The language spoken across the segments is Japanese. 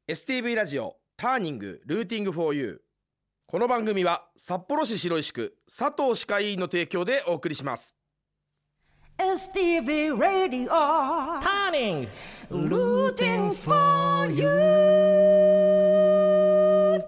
STV ラジオターニングルーティングフォーユー。この番組は札幌市白石区佐藤歯科医院の提供でお送りします。 STV ラジオターニングルーティングフォーユー。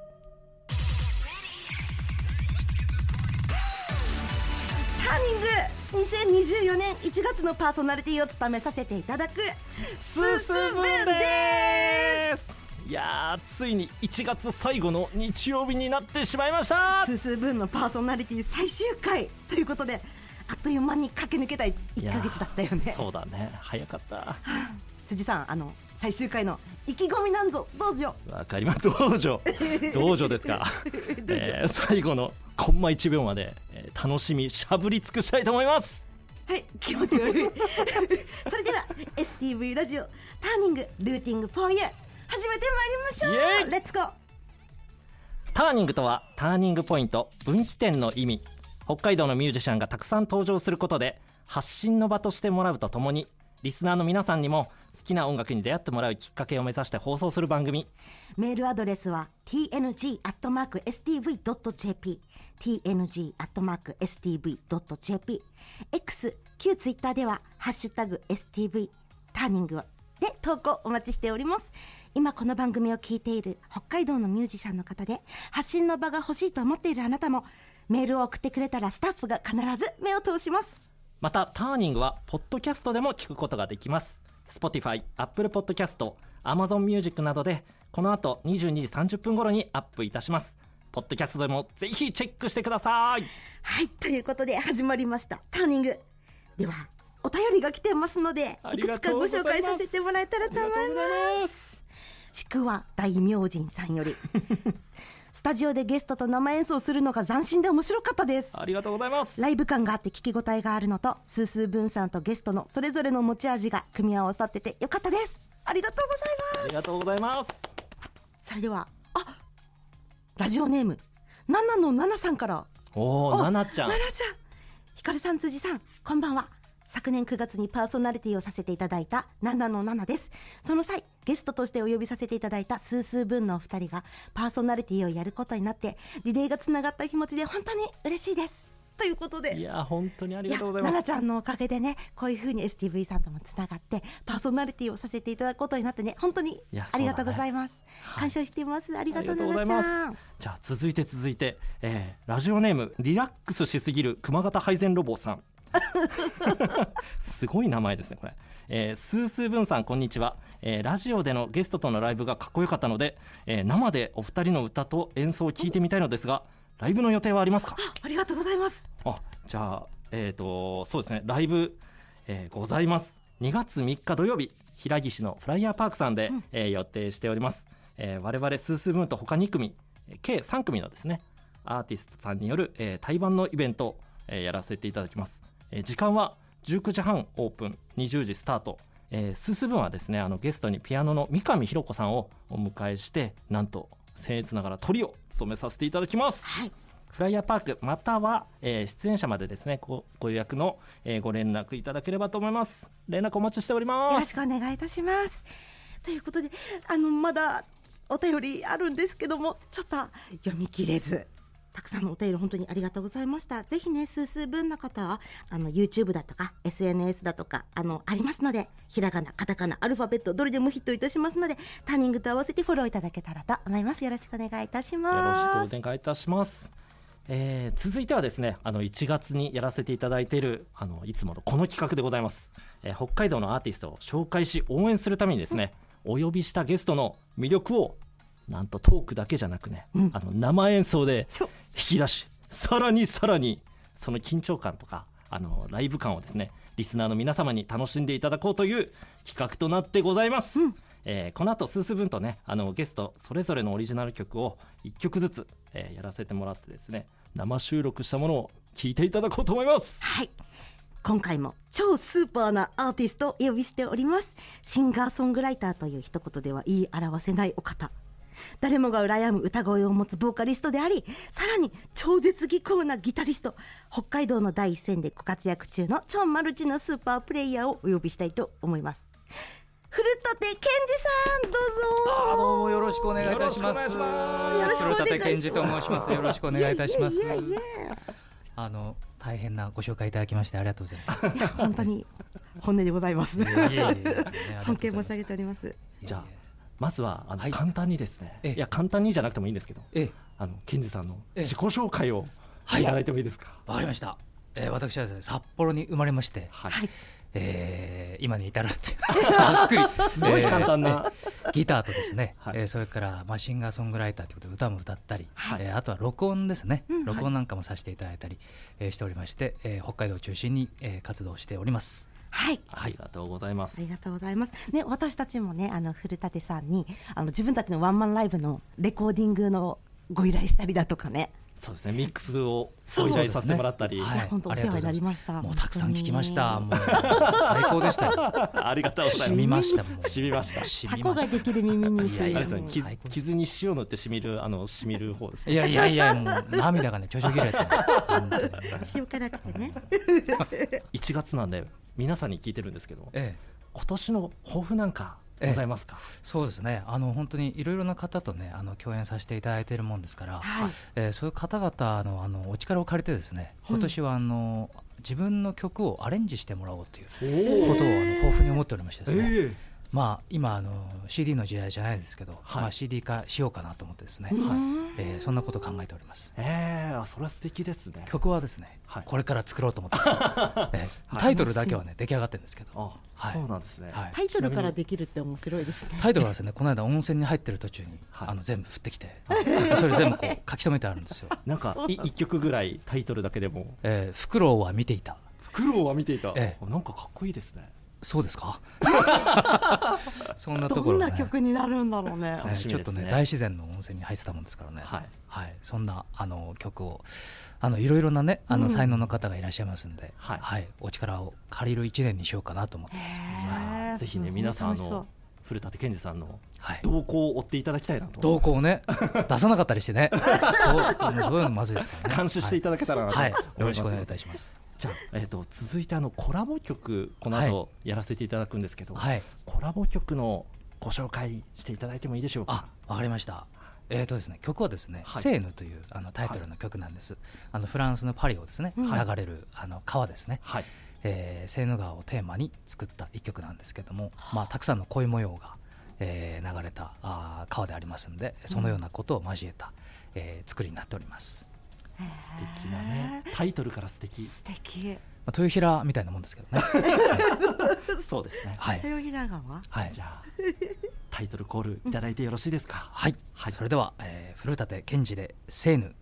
ターニング2024年1月のパーソナリティを務めさせていただくすすぶんです。 いやー、ついに1月最後の日曜日になってしまいました。 すすぶんのパーソナリティ最終回ということで、あっという間に駆け抜けた1ヶ月だったよね。 そうだね、早かった辻さん、最終回の意気込みなんぞどうぞ。 わかります。どうぞですか最後のコンマ1秒まで、楽しみしゃぶり尽くしたいと思います。 はい、気持ち悪いそれでは STV ラジオターニングルーティング for you 始めてまいりましょう。レッツゴー。 ターニングとはターニングポイント、分岐点の意味。北海道のミュージシャンがたくさん登場することで発信の場としてもらうとともに、リスナーの皆さんにも好きな音楽に出会ってもらうきっかけを目指して放送する番組。 メールアドレスは tng@stv.jp tng@stv.jp X、旧ツイッターではハッシュタグ STV ターニングで投稿お待ちしております。今この番組を聞いている北海道のミュージシャンの方で発信の場が欲しいと思っているあなたも、メールを送ってくれたらスタッフが必ず目を通します。 またターニングはポッドキャストでも聞くことができます。 Spotify、Apple Podcast、Amazon Music などでこの後22時30分頃にアップいたします。ポッドキャストでもぜひチェックしてください。 はい、ということで始まりましたターニングでは、お便りが来てますのでいくつかご紹介させてもらえたらと思います。ちくわ大明神さんよりスタジオでゲストと生演奏するのが斬新で面白かったです。 ありがとうございます。 ライブ感があって聞き応えがあるのと、スースーブンさんとゲストのそれぞれの持ち味が組み合わさっててよかったです。ありがとうございます。 ありがとうございます。 それではラジオネーム7の7さんから。 ナナちゃん、 ひかるさん、辻さん、こんばんは。昨年9月にパーソナリティをさせていただいた7の7です。その際ゲストとしてお呼びさせていただいたスースーブンのお二人がパーソナリティをやることになってリレーがつながった気持ちで本当に嬉しいですということで、 いや本当にありがとうございます。 奈々ちゃんのおかげでね、こういう風に STV さんともつながってパーソナリティをさせていただくことになってね、本当にありがとうございます。感謝しています。ありがとう奈々ちゃん。 じゃあ続いて、ラジオネームリラックスしすぎる熊形配膳ロボさんすごい名前ですねこれ。スースーブンさんこんにちは。ラジオでのゲストとのライブがかっこよかったので、生でお二人の歌と演奏を聞いてみたいのですが、ライブの予定はありますか？ ありがとうございます。 じゃあそうですね、ライブ、ございます。2月3日土曜日、平岸のフライヤーパークさんで、予定しております。我々スースーブンと他2組計3組のですねアーティストさんによる、対バンのイベントを、やらせていただきます。時間は19時半オープン、20時スタート。スースーブンはですね、ゲストにピアノの三上ひろ子さんをお迎えして、なんと僭越ながらトリを務めさせていただきます。 はい、 フライヤーパークまたは、出演者までですね ご予約の、ご連絡いただければと思います。連絡お待ちしております。 よろしくお願いいたします。ということでまだお便りあるんですけども、ちょっと読み切れず、たくさんのお便り本当にありがとうございました。ぜひね、スースー分の方はYouTube だとか SNS だとかありますので、ひらがな、カタカナ、アルファベットどれでもヒットいたしますので、ターニングと合わせてフォローいただけたらと思います。よろしくお願いいたします。 よろしくお願いいたします。続いてはですね、1月にやらせていただいているいつものこの企画でございます。北海道のアーティストを紹介し応援するためにですね、お呼びしたゲストの魅力をなんとトークだけじゃなくね、生演奏で引き出し、さらにその緊張感とかライブ感をですね、リスナーの皆様に楽しんでいただこうという企画となってございます。この後スースー分とねゲストそれぞれのオリジナル曲を1曲ずつ、やらせてもらってですね、生収録したものを聴いていただこうと思います。 はい、今回も超スーパーなアーティストをお呼びしております。シンガーソングライターという一言では言い表せないお方、誰もが羨む歌声を持つボーカリストであり、さらに超絶技巧なギタリスト、北海道の第一線でご活躍中の超マルチなスーパープレイヤーをお呼びしたいと思います。古舘健二さん、どうぞ。 しくお願いいたします。 よろしくお願いします古舘健二と申します。よろしくお願いいたします。 いえいえいえい大変なご紹介いただきましてありがとうございます。 え本当に本音でございます。 いえいえいえ尊敬申し上げております。 じゃあまずははい簡単にですね、 ええいや簡単にじゃなくてもいいんですけど、 ええケンジさんのええ自己紹介をはいいただいてもいいですか。 わかりました。私はですね札幌に生まれまして、 はい、 はい。 今に至るっていうざっくりすごい簡単な、 ギターとですね、 はいそれからシンガーソングライターということで歌も歌ったり、 はいあとは録音ですね、 うん録音なんかもさせていただいたり、しておりまして、北海道を中心に、活動しております。 はい。 ありがとうございますあり。がとうございます。ね、私たちもね、古舘さんに自分たちのワンマンライブのレコーディングのご依頼したりだとかね。 そうですね、ミックスをそうお依頼させてもらったり、 はいいや本当お世話になりました。 もうたくさん聞きました。 本もう最高でしたよ。 ありがとうござい染ます。 みました。もう染みました当にタコ染みましができる耳にといういやいやあれですね、 最高です傷に塩塗って染みる染みる方ですた。 ね。 いやいやもう涙がねちょちょぎれて、本当に塩辛くてね。 1月なんで皆さんに聞いてるんですけど、 ええ今年の抱負なんかございますか。 そうですね。本当にいろいろな方とね共演させていただいているもんですから、 はい。 そういう方々のお力を借りてですね、今年は自分の曲をアレンジしてもらおうということを抱負に思っておりましてですね、今CD の時代じゃないですけど、 はい CD 化しようかなと思ってですね、そんなことを考えております。 それは素敵ですね。 曲はですね、 はいこれから作ろうと思ってます、タイトルだけはね出来上がってるんですけど、 あ、 はいそうなんですね。 はいタイトルからできるって面白いですね。 タイトルはですねこの間温泉に入ってる途中に、 はい全部降ってきて、それ全部こう書き留めてあるんですよ。 なんか一曲ぐらいタイトルだけでも、 フクロウは見ていた。 フクロウは見ていた。 えなんかかっこいいですね。 そうですかそんなところね、 どんな曲になるんだろうね。 楽しみですねちょっとね大自然の温泉に入ってたもんですからね、 はいそんな曲をいろいろなね才能の方がいらっしゃいますんで、 はいお力を借りる1年にしようかなと思ってます。 へーぜひねすごい皆さん楽しそう古舘健二さんのはい動向を追っていただきたいなと。 動向をね出さなかったりしてねそういうのまずいですからね。 監視していただけたらなとはい、 思います。 よろしくお願いいたします。 じゃあ、続いてコラボ曲この後やらせていただくんですけど、 はい、 コラボ曲のご紹介していただいてもいいでしょうか。 わかりました。ですね、曲はですね、 はいセーヌというタイトルの曲なんです。フランスのパリをですね、流れる川ですね、 はい、 セーヌ川をテーマに作った一曲なんですけども、たくさんの恋模様が、流れた川でありますので、そのようなことを交えた、作りになっております。 素敵なね、タイトルから素敵。 素敵。 豊平みたいなもんですけどねそうですね。 はい、 豊平川。 はい、 じゃあタイトルコールいただいてよろしいですか。 はい、それでは、古舘健二でセーヌ。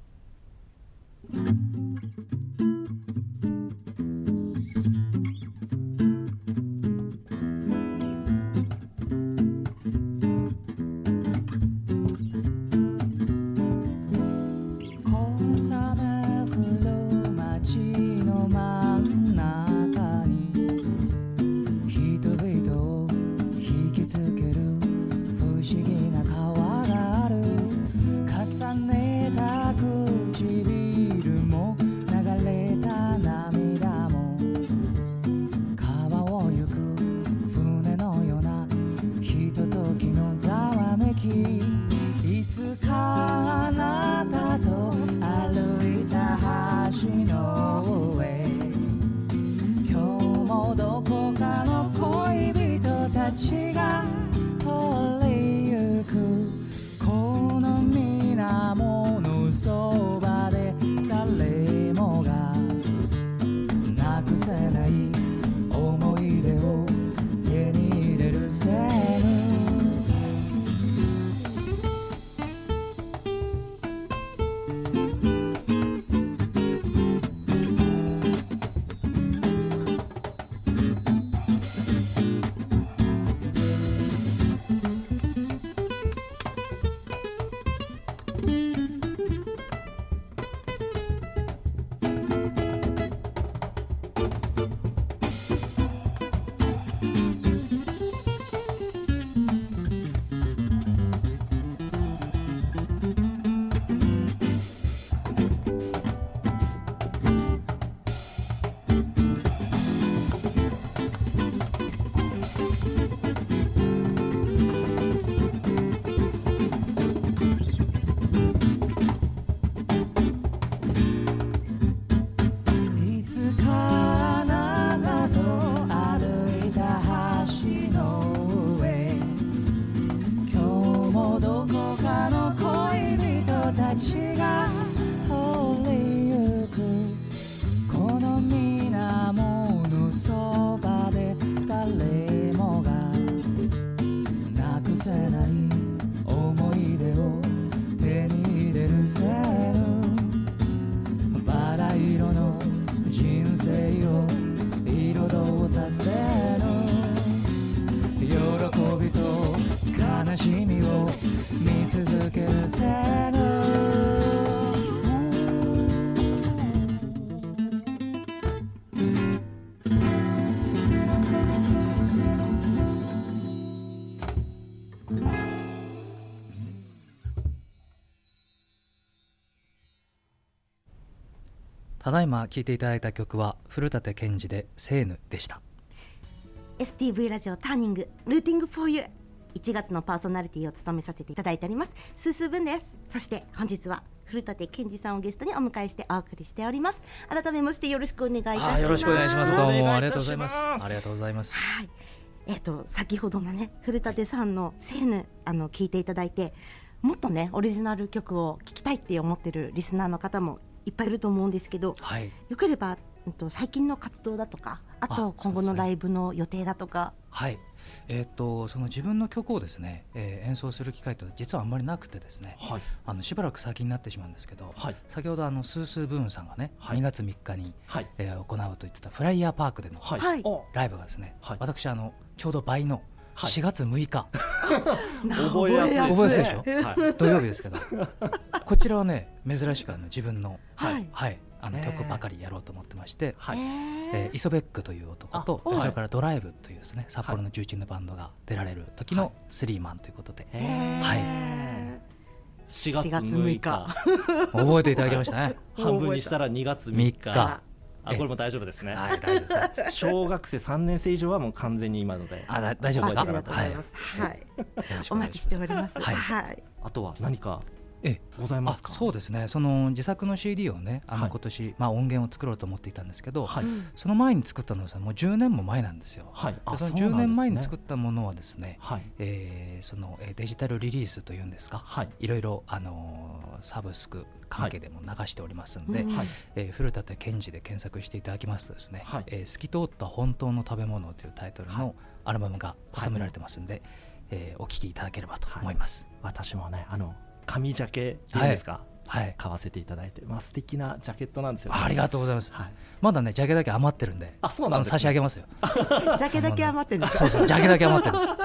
小雨降る街の真ん中に人々を引きつける不思議な川がある。重ねた唇も流れた涙も川を行く船のようなひとときのざわめき。いつかあなたと歩いた橋の上、今日もどこかの恋人たちが通りゆく。この水面のそばで誰もがなくせない思い出を手に入れるセーヌ。 せない思い出を手に入れるせのバラ色の人生を彩ったせの喜びと悲しみを見続けるせのただいま聴いていただいた曲は古舘健二でセーヌでした。 STV ラジオターニングルーティングフォーユー、1月のパーソナリティを務めさせていただいておりますスースーブンです。そして本日は古舘健二さんをゲストにお迎えしてお送りしております。改めましてよろしくお願いいたします。 よろしくお願いします。どうもありがとうございます。 お願いいたします。 ありがとうございます。 はい、先ほどのね古舘さんのセーヌ聞いていただいて、もっとねオリジナル曲を聴きたいって思ってるリスナーの方もいっぱいいると思うんですけど、 はい、 よければ最近の活動だとか、あと今後のライブの予定だとか。 はい、その自分の曲をですね、演奏する機会と実はあんまりなくてですね、 はい、 しばらく先になってしまうんですけど、 はい、 先ほどスースーブーンさんがね、 はい、 2月3日に、 はい、 行うと言ってたフライヤーパークでの、 はい、 ライブがですね、 はい、 私ちょうど倍の4月6日、 覚えやすい覚えやすいでしょ、はい、土曜日ですけどこちらはね珍しく自分の、 はいはい、曲ばかりやろうと思ってまして、 はい、 イソベックという男と、それからドライブというですね札幌の重鎮のバンドが出られる時のスリーマンということで、はい、 4月6日覚えていただきましたね。 半分にしたら2月3日これも大丈夫ですね。 はい、大丈夫です。 小学生3年生以上はもう完全に今ので大丈夫です。 ありがとうございます。はい、お待ちしております。はい。 あとは何かございますか？ そうですね、その自作の CD をね今年、音源を作ろうと思っていたんですけど、その前に作ったのはもう10年も前なんですよ。その10年前に作ったものはですね、そのデジタルリリースというんですか、いろいろサブスク関係でも流しておりますので、古舘健二で検索していただきますとですね、透き通った本当の食べ物というタイトルのアルバムが収められてますんで、お聴きいただければと思います。 私もね紙ジャケっていうんですか、買わせていただいて、素敵なジャケットなんですよ、ね。 ありがとうございます。まだねジャケだけ余ってるんで、 そうなんですね、 差し上げますよ。 ジャケだけ余ってるんですか？ そうジャケだけ余ってるんですよ。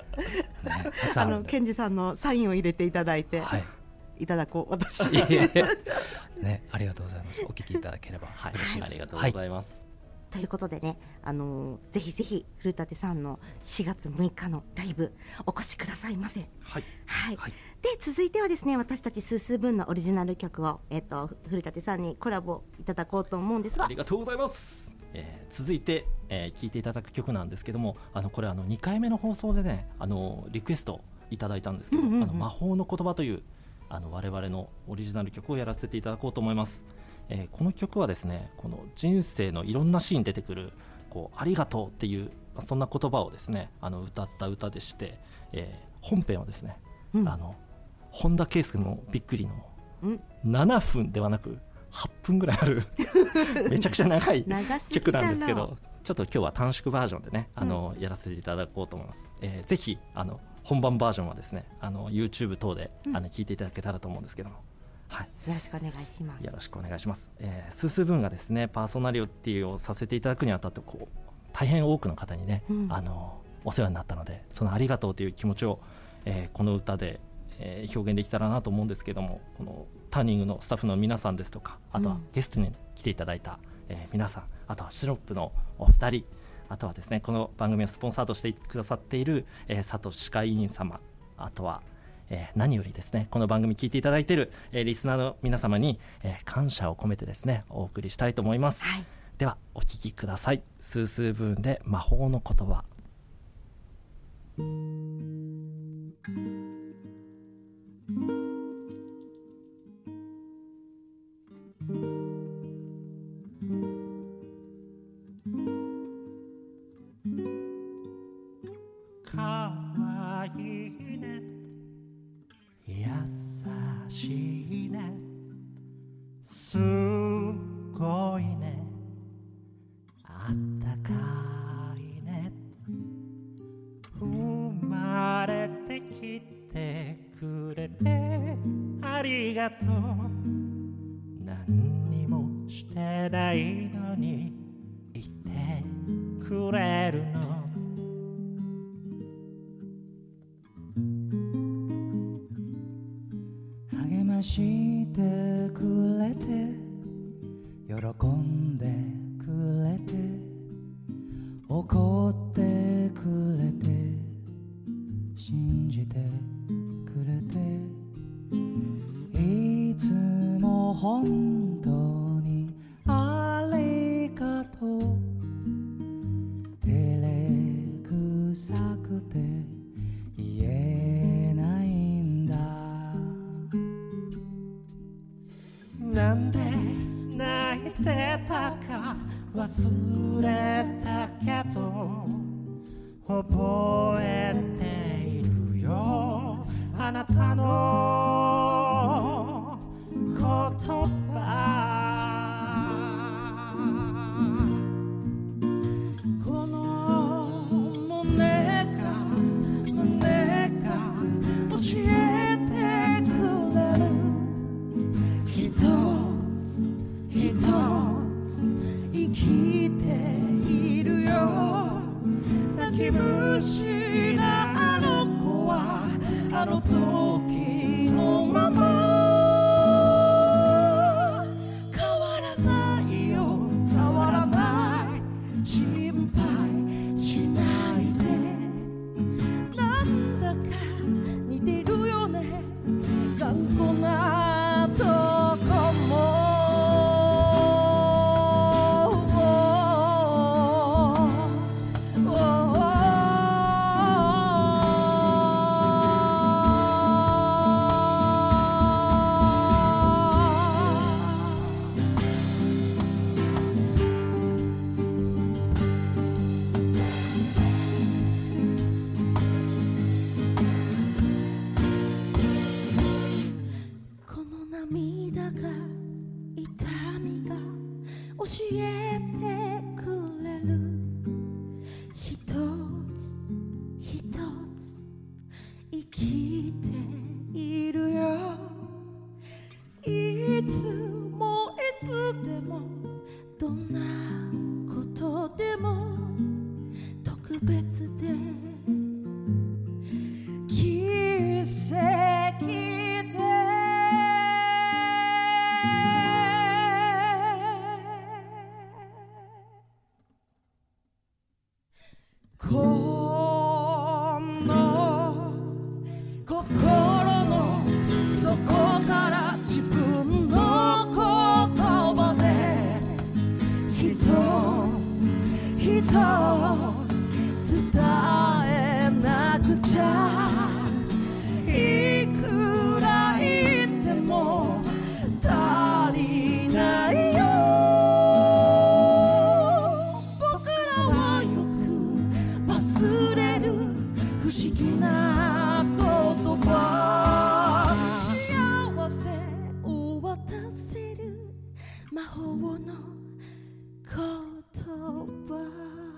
健二さんのサインを入れていただいて、いただこう私。 ね、ありがとうございます。お聞きいただければ嬉しいです。 ありがとうございます。 ということでね、ぜひぜひ古舘さんの4月6日のライブお越しくださいませ。はい、で続いてはですね、私たちスースーブンのオリジナル曲を、古舘さんにコラボいただこうと思うんですが、 ありがとうございます。続いて、聴いていただく曲なんですけども、これ2回目の放送でねリクエストいただいたんですけど、魔法の言葉という我々のオリジナル曲をやらせていただこうと思います。この曲はですね、この人生のいろんなシーンに出てくるありがとうっていうそんな言葉をですね歌った歌でして、本編はですね、本田圭佑のびっくりの7分ではなく8分ぐらいあるめちゃくちゃ長い曲なんですけど、ちょっと今日は短縮バージョンでねやらせていただこうと思います。ぜひ本番バージョンはですねYouTube 等で聴いていただけたらと思うんですけども、 よろしくお願いします。 よろしくお願いします。スースーブンがですねパーソナリティをさせていただくにあたって大変多くの方にね、お世話になったので、そのありがとうという気持ちを、この歌で、表現できたらなと思うんですけども、このターニングのスタッフの皆さんですとか、あとはゲストに来ていただいた、皆さん、あとはシロップのお二人、あとはですねこの番組をスポンサーとしてくださっている、佐藤歯科医院様、あとは何よりですねこの番組聞いていただいている、リスナーの皆様に、感謝を込めてですねお送りしたいと思います。ではお聞きください。スースーブーンで魔法の言葉。 かわいいね、優しいね、すごいね、あったかいね、生まれてくれてありがとう。何にもしてないのに言ってくれるの。 励ましてくれて喜んでくれて怒ってくれて信じてくれていつも本当にありがとう。照れくさくて言えないんだ。 なんで泣いてたか忘れたけど覚えているよ。あなたの言葉。 この胸が教えてくれる一つ一つ生きているよ。泣き虫なあの子はあの時のまま変わらないよ。変わらない。心配しないで。なんだか似てるよね。頑固なとこもこの涙が痛みが教えてくれる一つ一つ生きているよ。いつもいつでもどんなことでも特別で奇跡でこの心の底から自分の言葉で一つ伝えなくちゃ。いくら言っても足りないよ。僕らはよく忘れる不思議な言葉。幸せを渡せる魔法の言葉。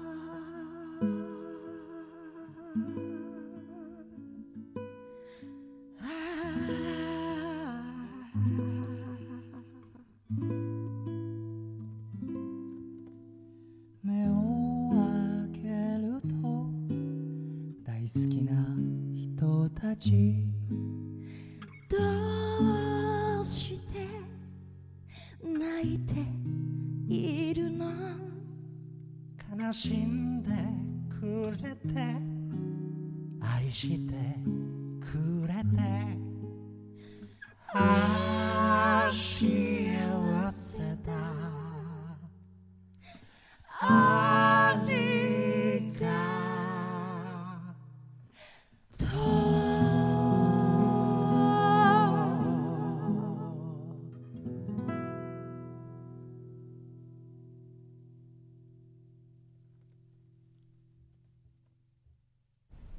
目を開けると大好きな人たち。どうして泣いているの。 悲しんでくれて愛してくれて幸せだ。ありがとう。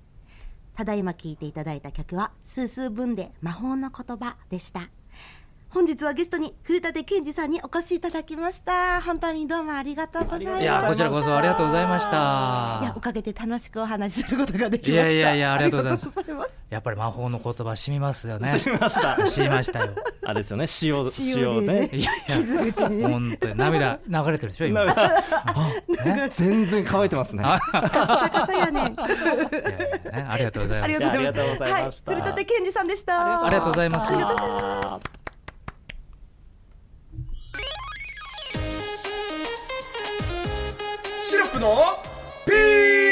ただいま聴いていただいた曲はスースーブンで魔法の言葉でした。 本日はゲストに古舘健二さんにお越しいただきました。本当にどうもありがとうございます。 いやこちらこそありがとうございましいやた。 おかげで楽しくお話しすることができました。 いやありがとうございますありがとうございます。 やっぱり魔法の言葉染みますよね。 知りました染みましたよ。 あれですよね、塩塩でねねいや傷口にね本当に涙流れてるでしょ今。 全然乾いてますね。 カサカサやねん。 いやねありがとうございます。 じゃあありがとうございましたはい、古舘健二さんでした。 ありがとうございます。 ありがとうございます。 シロップのピー。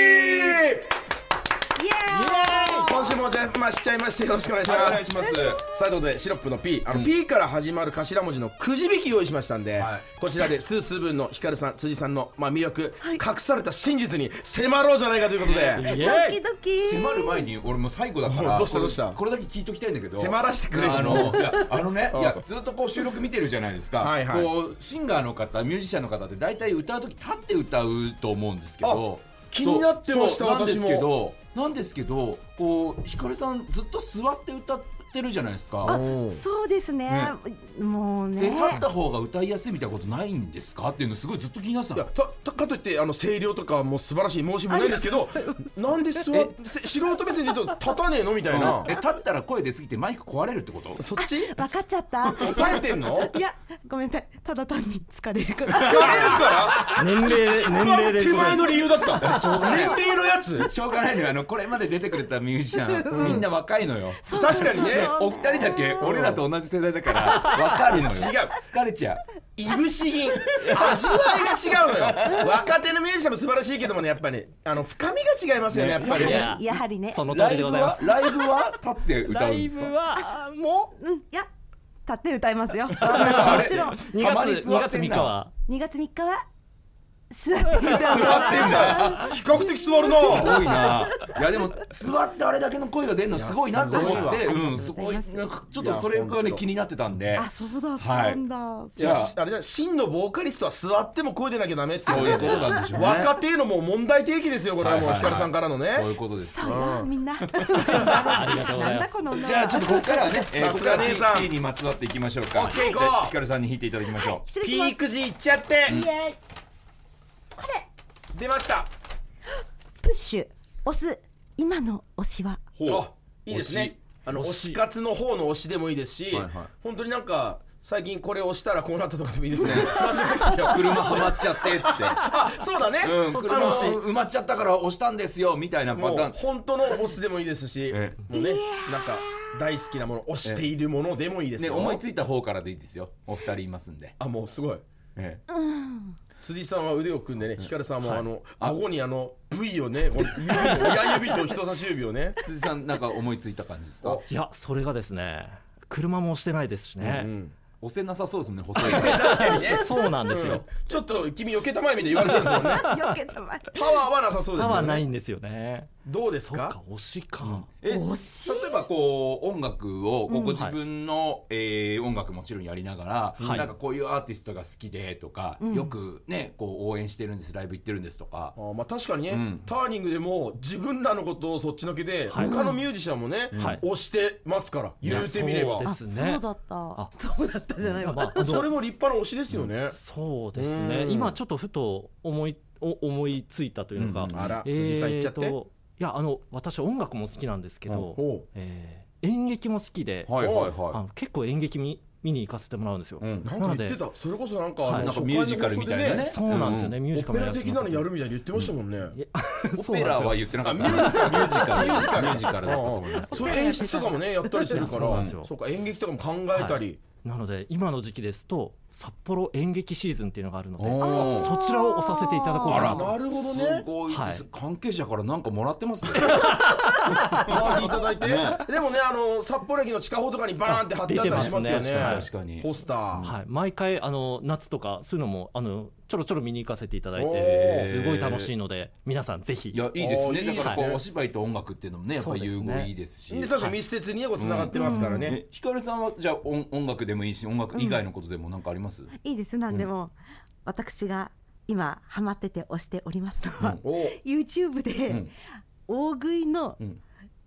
イエーイ。 今週もお邪魔しちゃいましてよろしくお願いします。 お願いします。 さあということでシロップの P、P から始まる頭文字のくじ引き用意しましたんで、 はいこちらでスースー分のヒカルさん辻さんの、魅力、 はい隠された真実に迫ろうじゃないかということで、 イエドーイキドキ。 迫る前に俺も最後だからどうしたこれだけ聞いときたいんだけど、 迫らせてくれよいやずっとこう収録見てるじゃないですか。 はいはいこうシンガーの方ミュージシャンの方って大体歌う時立って歌うと思うんですけど、 気になってました。 そうなんです私けもどこうヒカルさんずっと座って歌ってるじゃないですか。 あ、そうですね。もうね。 立った方が歌いやすいみたいなことないんですかっていうのすごいずっと気になってたいやの。 かといって声量とかも素晴らしい申し分ないんですけど、なんで座って素人目線で言うと立たねえのみたいな。 立ったら声出すぎてマイク壊れるってこと？ そっち分かっちゃった。 抑えてんの？ いや、ごめんなさい。ただ単に疲れるから。 疲れるから年齢で手前の理由だった。年齢のやつ。 しょうがないのよ。これまで出てくれたミュージシャンみんな若いのよ。 確かにね。 お二人だけ俺らと同じ世代だから分かるのよ。 違う疲れちゃう。 いぶし銀味わいが違うのよ。若手のミュージシャンも素晴らしいけどもね、やっぱりね、深みが違いますよね、やっぱりね。 やはりね。 その通りでございます。 ライブは立って歌ライブうんですか？ はもうん、いや、立って歌いますよ。もあれちろん。 う2 たまに月座ってんな 3日は 2月3日は座って歌う。 座ってんだ。比較的座るな。 すごいな。いやでも座ってあれだけの声が出るのすごいなって思って、すごいなんかちょっとそれがね気になってたんで。 あ、そうだったんだ。 じゃああれだ、真のボーカリストは座っても声出なきゃダメっすよね。 そういうことなんでしょうね。 若手のもう問題提起ですよ、これはもうヒカルさんからのね。 そういうことです。 そうよ、みんな。 ありがとうございます。 なんだこの女は。 じゃあちょっとここからはね、 さすが姉さん P にまつわっていきましょうか。 オッケー行こうヒカルさんに弾いていただきましょう。 失礼します。 ピーク時いっちゃって。 イエーイ。これ出ました。 プッシュ押す今の推しは。 あ、いいですね。推し活の方の推しでもいいですし、 はいはい本当になんか最近これ押したらこうなったとかでもいいですね。なんでもいいですよ。 車はまっちゃってっつって。 あ、そうだね。 車埋まっちゃったから押したんですよみたいなパもうターン。 本当の推しでもいいですし、 えもうね、なんか大好きなもの、推しているものでもいいですね、 よ。 思いついた方からでいいですよ。お二人いますんで。 あ、もうすごい。辻さんは腕を組んでね、ヒカルさんも顎にV をね、この指の親指と人差し指をね。 辻さんなんか思いついた感じですか？ いや、それがですね、車も押してないですしね。 押せなさそうですもんね、細い。 確かにね。 そうなんですよ。 ちょっと君避けたまえみたいに言われてるんですもんね。 よけたまえ。 パワーはなさそうですよね。 パワーないんですよね。 どうですかそっか、？推しか。 推し。 例えばこう音楽をご自分の音楽もちろんやりながら、 はいなんかこういうアーティストが好きでとか、よくねこう応援してるんです、ライブ行ってるんですとか。 まあ確かにね、 んターニングでも自分らのことをそっちのけで、他のミュージシャンもね、 はい推してますから、言うてみればいやあ、 そうですねそうだった。そうだったじゃないわ。 まあそれも立派な推しですよね。 そうですね。今ちょっとふと思いついたというのが、 あら、辻さん言っちゃって。 いや、私音楽も好きなんですけど、 ほ演劇も好きで、 はいはいは結構演劇見に行かせてもらうんですよ。 い。うん。 なんか言ってた。それこそなんか、 はいなんかミュージカルみたいなね。 そうなんですよね。ミュージカオペラルもやらせて的なのもらってやるみたいに言ってましたもんね。 オペラは言ってなかった。 あミュージカルミュージカルだったと思います。 そういう演出とかもねやったりするかそうなんら、 ですよそうか、演劇とかも考えたり。 なので今の時期ですと札幌演劇シーズンっていうのがあるので、 おーそちらを押させていただこうかなと。 なるほどすね。 ごいです。 は関係者からなんかもらってますね。 回していただいて。でもね、札幌駅の地下歩とかにバーンって貼ってあったりしますよ出てますねはいね。 確かに。 ポスター。 はい、毎回夏とかそういうのもちょろちょろ見に行かせていただいおてーすごい楽しいので皆さんぜひ。 いやいいですね。 いいですねだからこうお芝居と音楽っていうのもねやっぱ融合いいですし。 で確かに密接にねこう繋がってますからね。 ヒカルさんはじゃあ音楽でもいいし音楽以外のことでも何かあります？ いいです。なんでも、私が今ハマってて推しておりますのは、 お YouTube で、大食いの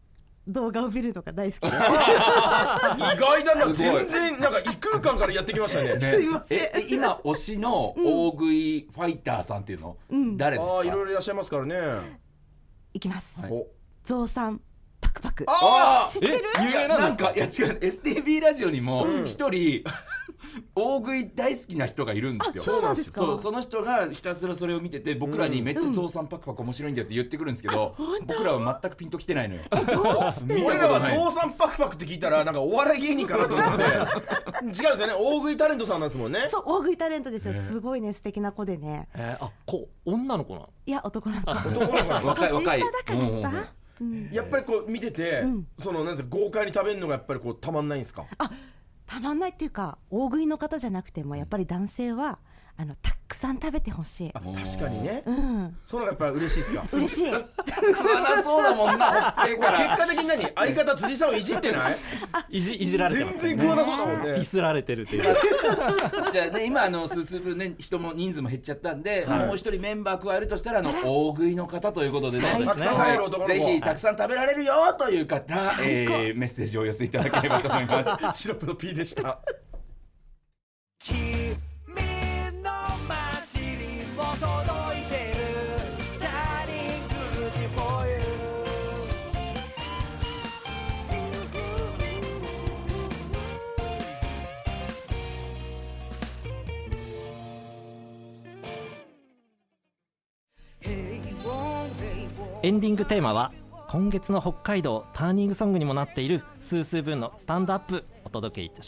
動画を見るのが大好きで意外だな、全然なんか異空間からやってきましたね。 すいません。 今推しの大食いファイターさんっていうの、誰ですか？ いろいろいらっしゃいますからね。 いきます。 はいお、 ゾウさんパクパク。 あ知ってる？ 有名なんですか？ いや違う、 STB ラジオにも一人大食い大好きな人がいるんですよ。 あ、そうなんですか？ そう、その人がひたすらそれを見てて、僕らにめっちゃゾウさんパクパク面白いんだよって言ってくるんですけど、僕らは全くピンときてないのよ。 俺らは父さんパクパクって聞いたらなんかお笑い芸人かなと思って違うんですよね。大食いタレントさんなんですもんね。 そう、大食いタレントですよ。すごいね、素敵な子でね。 女の子なの？ いや、男の子。 男の子なの。 若い若い。 年下だからさ。 やっぱりこう見てて、そのなんて豪快に食べるのがやっぱりこうたまんないんですか？ たまんないっていうか、大食いの方じゃなくてもやっぱり男性はたくさん食べてほしい。 確かにね。 うんそのがやっぱり嬉しいですか？ 嬉しい。 食わなそうだもんな。 結果的に何、相方辻さんをいじってない？ いじられてます全然食わなそうだもんね。 ディスられてるっていう。 じゃあね、今スースー分ね、人も人数も減っちゃったんで、もう一人メンバー加えるとしたら大食いの方ということでね、 たくさん食べる男の子、 ぜひたくさん食べられるよという方、メッセージをお寄せいただければと思います。 シロップの P でした。 君の街にも届いてるターニングルーティン for you。 エンディングテーマは今月の北海道ターニングソングにもなっているスースー分のスタンドアップお届け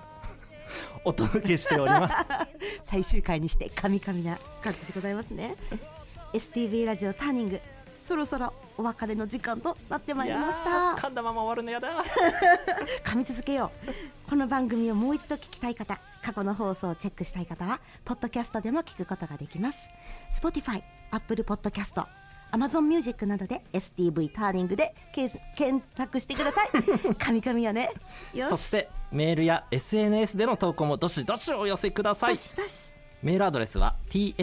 しております。 最終回にしてカミカミな感じでございますね。STV ラジオターニング、そろそろお別れの時間となってまいりました。 噛んだまま終わるのやだ。 噛み続けよう。この番組をもう一度聞きたい方、過去の放送をチェックしたい方はポッドキャストでも聞くことができます。 Spotify、Apple Podcast、Amazon Music などで STV ターニングで検索してください。カミカミやね。よし。 そしてメールや SNS での投稿もどしどしお寄せください。 どしどし。 メールアドレスは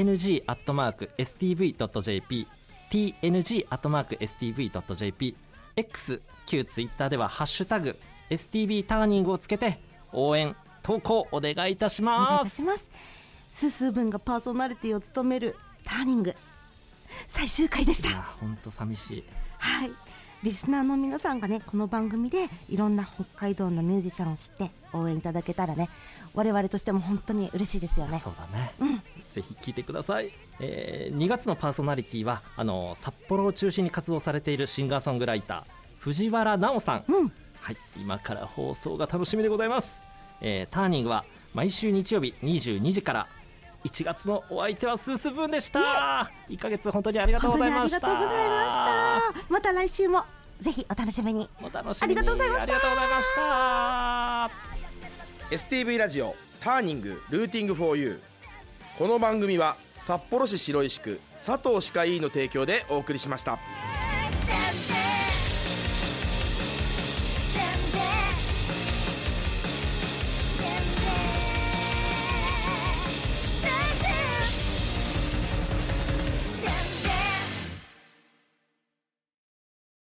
tng@stv.jp tng@stv.jp X、旧ツイッターではハッシュタグ STV ターニングをつけて応援投稿お願いいたしお願いいます。 たします。スースー分がパーソナリティを務めるターニング最終回でした。 本当寂しい。 はい、リスナーの皆さんがね、この番組でいろんな北海道のミュージシャンを知って応援いただけたらね、我々としても本当に嬉しいですよね。 そうだね、ぜひ聞いてください。2月のパーソナリティは札幌を中心に活動されているシンガーソングライター藤原直さん、はい、今から放送が楽しみでございます。ターニングは毎週日曜日22時から。1月のお相手はスースブーンでした。1ヶ月本当にありがとうございました。 本当にありがとうございました。また来週もぜひお楽しみに。 お楽しみに。 ありがとうございました。 ありがとうございました。 STV ラジオターニングルーティング for you。 この番組は札幌市白石区佐藤歯科医院の提供でお送りしました。